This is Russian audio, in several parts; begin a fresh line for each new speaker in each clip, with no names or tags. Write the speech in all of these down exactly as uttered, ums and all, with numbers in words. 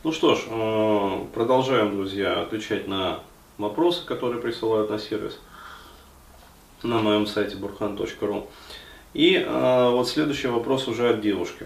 Ну что ж, э, продолжаем, друзья, отвечать на вопросы, которые присылают на сервис на моем сайте бурхан точка ру. И э, вот следующий вопрос уже от девушки.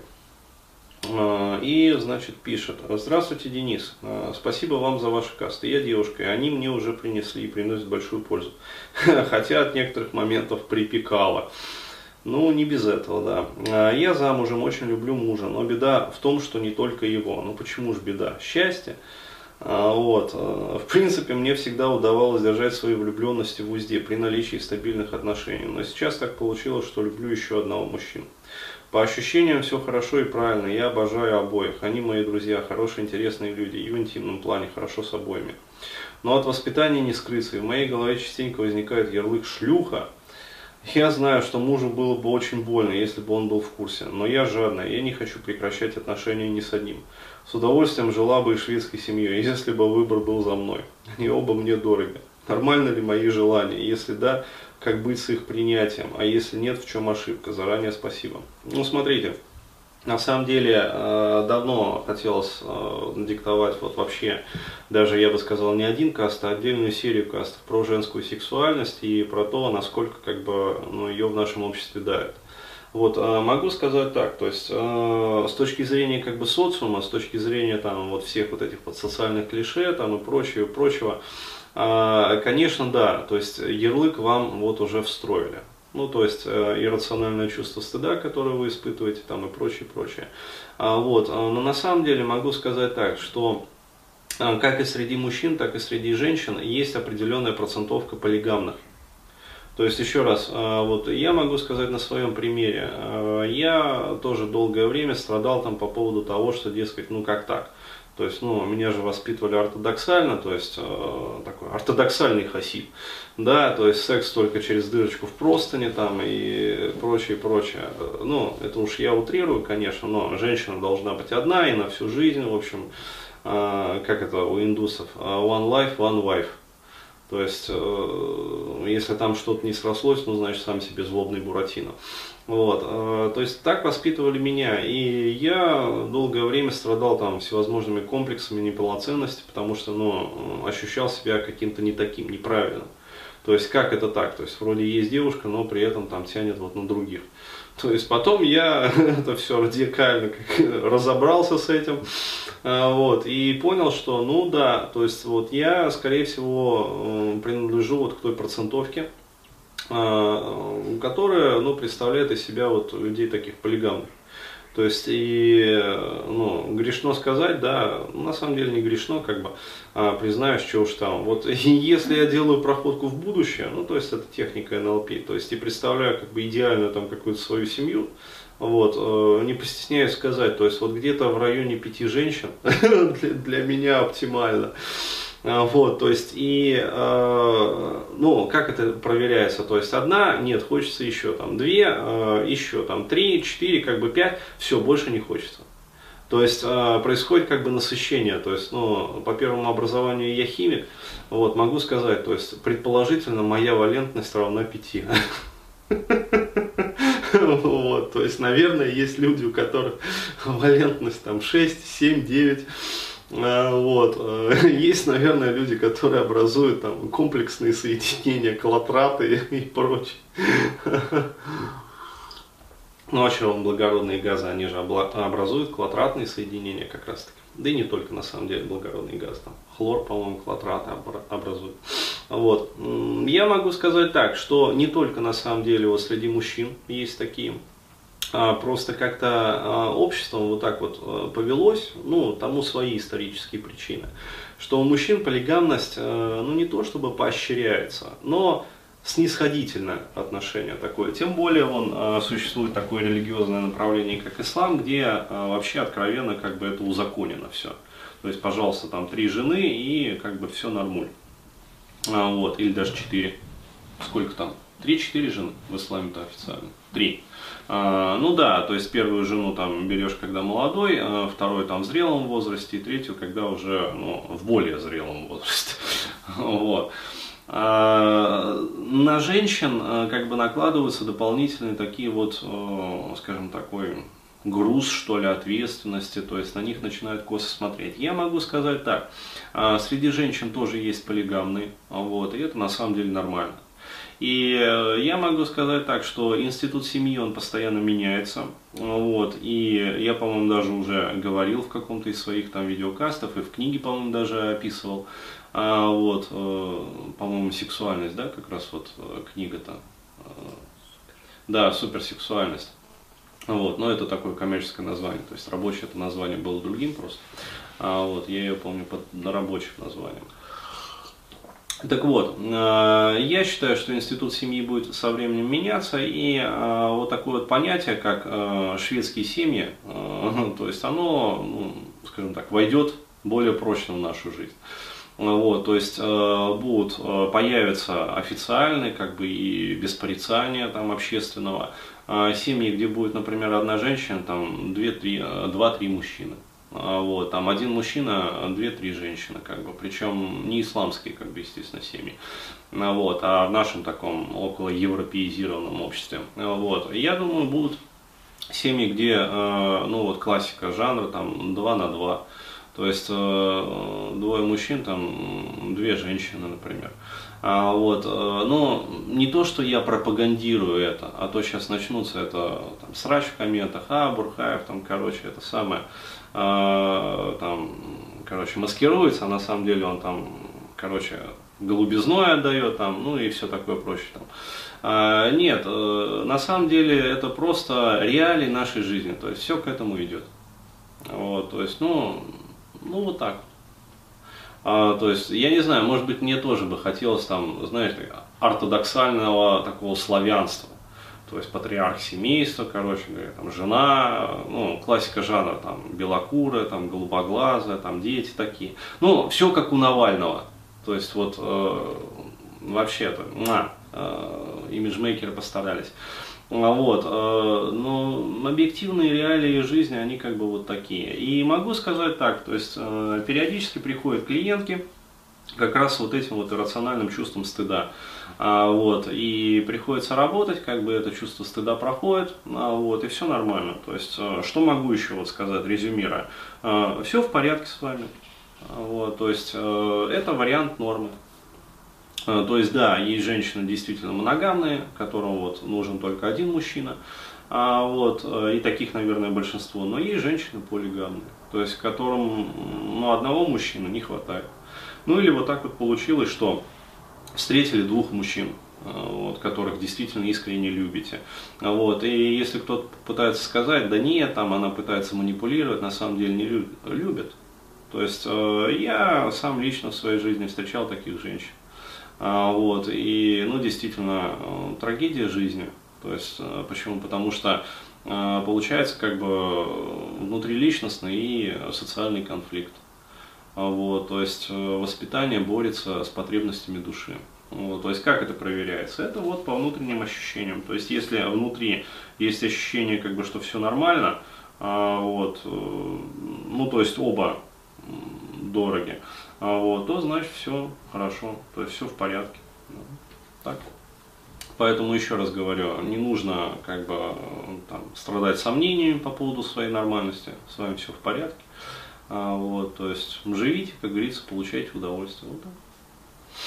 Э, И, значит, пишет: здравствуйте, Денис, Э, спасибо вам за ваши касты. Я девушка, и они мне уже принесли и приносят большую пользу. Хотя от некоторых моментов припекало. Ну, не без этого, да. А, Я замужем, очень люблю мужа, но беда в том, что не только его. Ну, почему же беда? Счастье. А, Вот. а, В принципе, мне всегда удавалось держать свои влюбленности в узде при наличии стабильных отношений. Но сейчас так получилось, что люблю еще одного мужчину. По ощущениям все хорошо и правильно, я обожаю обоих. Они мои друзья, хорошие, интересные люди, и в интимном плане хорошо с обоими. Но от воспитания не скрыться, и в моей голове частенько возникает ярлык «шлюха». Я знаю, что мужу было бы очень больно, если бы он был в курсе, но я жадная, я не хочу прекращать отношения ни с одним. С удовольствием жила бы и шведской семьей, если бы выбор был за мной. Они оба мне дороги. Нормально ли мои желания? Если да, как быть с их принятием? А если нет, в чем ошибка? Заранее спасибо. Ну, смотрите. На самом деле, э, давно хотелось э, диктовать вот вообще, даже я бы сказал, не один каст, а отдельную серию кастов про женскую сексуальность и про то, насколько как бы, ну, ее в нашем обществе давят. Вот, э, могу сказать так, то есть э, с точки зрения как бы социума, с точки зрения там вот всех вот этих вот социальных клише там и прочего, прочего, э, конечно, да, то есть ярлык вам вот уже встроили. Ну, то есть э, иррациональное чувство стыда, которое вы испытываете, там и прочее, прочее. А, вот. Но на самом деле могу сказать так, что э, как и среди мужчин, так и среди женщин есть определенная процентовка полигамных. То есть, еще раз, э, вот я могу сказать на своем примере, э, я тоже долгое время страдал там по поводу того, что, дескать, ну как так. То есть, ну, меня же воспитывали ортодоксально, то есть, э, такой ортодоксальный хасид, да, то есть, секс только через дырочку в простыне, там, и прочее, прочее. Ну, это уж я утрирую, конечно, но женщина должна быть одна и на всю жизнь, в общем, э, как это у индусов, one life, one wife. То есть, э, если там что-то не срослось, ну, значит, сам себе злобный Буратино. Вот, э, то есть, так воспитывали меня, и я долгое время страдал там всевозможными комплексами неполноценности, потому что, ну, ощущал себя каким-то не таким, неправильным. То есть, как это так? То есть, вроде есть девушка, но при этом там тянет вот на других. То есть, потом я это все радикально как, разобрался с этим, э, вот, и понял, что, ну да, то есть, вот я, скорее всего, э, принадлежу вот к той процентовке, э, которая, ну, представляет из себя вот людей таких полигамных. То есть, и, ну, грешно сказать, да, на самом деле не грешно, как бы, а, признаюсь, что уж там. Вот, и если я делаю проходку в будущее, ну, то есть, это техника эн эл пи, то есть, и представляю, как бы, идеальную там какую-то свою семью, вот, э, не постесняюсь сказать, то есть, вот где-то в районе пяти женщин для, для меня оптимально. Вот, то есть, и, э, ну, как это проверяется, то есть, одна, нет, хочется еще, там, две, э, еще, там, три, четыре, как бы, пять, все, больше не хочется. То есть, э, происходит, как бы, насыщение, то есть, ну, по первому образованию я химик, вот, могу сказать, то есть, предположительно, моя валентность равна пяти. Вот, то есть, наверное, есть люди, у которых валентность, там, шесть, семь, девять. Вот. Есть, наверное, люди, которые образуют там комплексные соединения, коллатраты и прочее. Ну, вообще, благородные газы, они же образуют коллатратные соединения как раз таки. Да и не только, на самом деле, благородный газ. Там, хлор, по-моему, коллатраты образуют. Вот. Я могу сказать так, что не только, на самом деле, вот среди мужчин есть такие. Просто как-то обществом вот так вот повелось, ну, тому свои исторические причины, что у мужчин полигамность, ну, не то чтобы поощряется, но снисходительное отношение такое. Тем более, вон, существует такое религиозное направление, как ислам, где вообще откровенно как бы это узаконено все. То есть, пожалуйста, там три жены и как бы все нормуль. Вот, или даже четыре. Сколько там? Три-четыре жены в исламе-то официально. Три. А, ну да, то есть первую жену там берешь, когда молодой, а вторую там в зрелом возрасте, и третью, когда уже, ну, в более зрелом возрасте. Вот. А, на женщин как бы накладываются дополнительные такие вот, скажем, такой груз, что ли, ответственности, то есть на них начинают косо смотреть. Я могу сказать так, среди женщин тоже есть полигамные, вот, и это на самом деле нормально. И я могу сказать так, что институт семьи, он постоянно меняется, вот, и я, по-моему, даже уже говорил в каком-то из своих там видеокастов, и в книге, по-моему, даже описывал, вот, по-моему, сексуальность, да, как раз вот книга-то, да, суперсексуальность. Вот, но это такое коммерческое название, то есть рабочее это название было другим просто, а вот, я ее помню под рабочим названием. Так вот, я считаю, что институт семьи будет со временем меняться, и вот такое вот понятие, как шведские семьи, то есть оно, ну, скажем так, войдет более прочно в нашу жизнь. Вот, то есть будут, появятся официальные, как бы и без порицания там, общественного, семьи, где будет, например, одна женщина, там два-три мужчины. Вот, там один мужчина, две-три женщины, как бы, причем не исламские, как бы, естественно, семьи, вот, а в нашем таком около европеизированном обществе. Вот. Я думаю, будут семьи, где, ну вот, классика жанра, там, два на два, то есть двое мужчин, там, две женщины, например. Вот, но не то, что я пропагандирую это, а то сейчас начнутся это там, срач в комментах, а Бурхаев там, короче, это самое, э, там, короче, маскируется, а на самом деле он там, короче, голубизной отдает, там, ну и все такое прочее. Там. А, нет, э, на самом деле это просто реалии нашей жизни, то есть все к этому идет. Вот, то есть, ну, ну вот так вот. А, то есть, я не знаю, может быть, мне тоже бы хотелось там, знаете, ортодоксального такого славянства. То есть, патриарх семейства, короче говоря, там, жена, ну, классика жанра, там, белокурая, там, голубоглазая, там, дети такие. Ну, все как у Навального. То есть, вот, э, вообще-то, э, имиджмейкеры постарались. Вот, э, но объективные реалии жизни, они как бы вот такие. И могу сказать так, то есть э, периодически приходят клиентки как раз вот этим вот иррациональным чувством стыда. А, вот, и приходится работать, как бы это чувство стыда проходит, а, вот, и все нормально. То есть, э, что могу еще вот сказать, резюмируя, э, все в порядке с вами. Вот, то есть, э, это вариант нормы. То есть, да, есть женщины действительно моногамные, которым вот нужен только один мужчина, а вот, и таких, наверное, большинство, но есть женщины полигамные, то есть, которым, ну, одного мужчины не хватает. Ну, или вот так вот получилось, что встретили двух мужчин, вот, которых действительно искренне любите. Вот, и если кто-то пытается сказать, да нет, там она пытается манипулировать, на самом деле не любит, любит. То есть, я сам лично в своей жизни встречал таких женщин. Вот, и, ну, действительно, трагедия жизни. То есть, почему? Потому что получается как бы внутриличностный и социальный конфликт. Вот, то есть, воспитание борется с потребностями души. Вот, то есть, как это проверяется? Это вот по внутренним ощущениям. То есть, если внутри есть ощущение, как бы, что все нормально, вот, ну, то есть, оба дороги, вот, то значит все хорошо, то есть все в порядке. Так. Поэтому еще раз говорю, не нужно как бы там, страдать сомнениями по поводу своей нормальности, с вами все в порядке. Вот, то есть живите, как говорится, получайте удовольствие. Вот так.